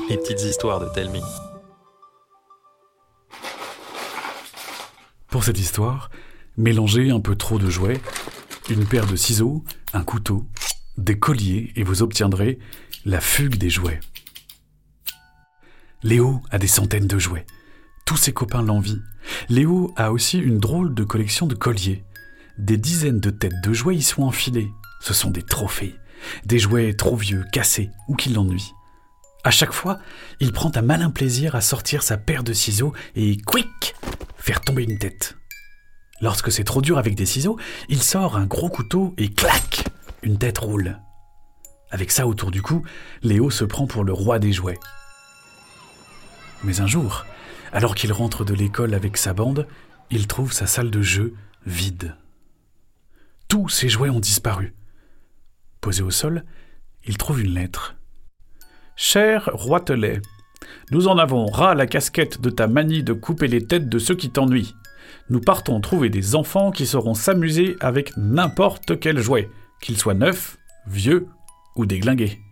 Les petites histoires de Telmi. Pour cette histoire, mélangez un peu trop de jouets, une paire de ciseaux, un couteau, des colliers et vous obtiendrez la fugue des jouets. Léo a des centaines de jouets. Tous ses copains l'envient. Léo a aussi une drôle de collection de colliers. Des dizaines de têtes de jouets y sont enfilées. Ce sont des trophées. Des jouets trop vieux, cassés ou qui l'ennuient. À chaque fois, il prend un malin plaisir à sortir sa paire de ciseaux et quick, faire tomber une tête. Lorsque c'est trop dur avec des ciseaux, il sort un gros couteau et clac, une tête roule. Avec ça autour du cou, Léo se prend pour le roi des jouets. Mais un jour, alors qu'il rentre de l'école avec sa bande, il trouve sa salle de jeu vide. Tous ses jouets ont disparu. Posé au sol, il trouve une lettre. « Cher Roitelet, nous en avons ras la casquette de ta manie de couper les têtes de ceux qui t'ennuient. Nous partons trouver des enfants qui sauront s'amuser avec n'importe quel jouet, qu'il soit neuf, vieux ou déglingué.